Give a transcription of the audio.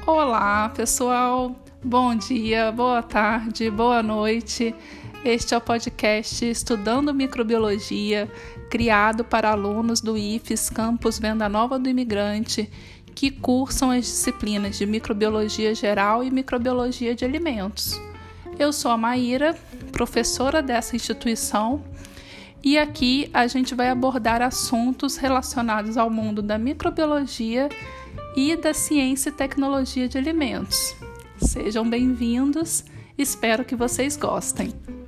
Olá, pessoal! Bom dia, boa tarde, boa noite. Este é o podcast Estudando Microbiologia, criado para alunos do IFES Campus Venda Nova do Imigrante, que cursam as disciplinas de Microbiologia Geral e Microbiologia de Alimentos. Eu sou a Maíra, professora dessa instituição, e aqui a gente vai abordar assuntos relacionados ao mundo da microbiologia e da ciência e tecnologia de alimentos. Sejam bem-vindos, espero que vocês gostem.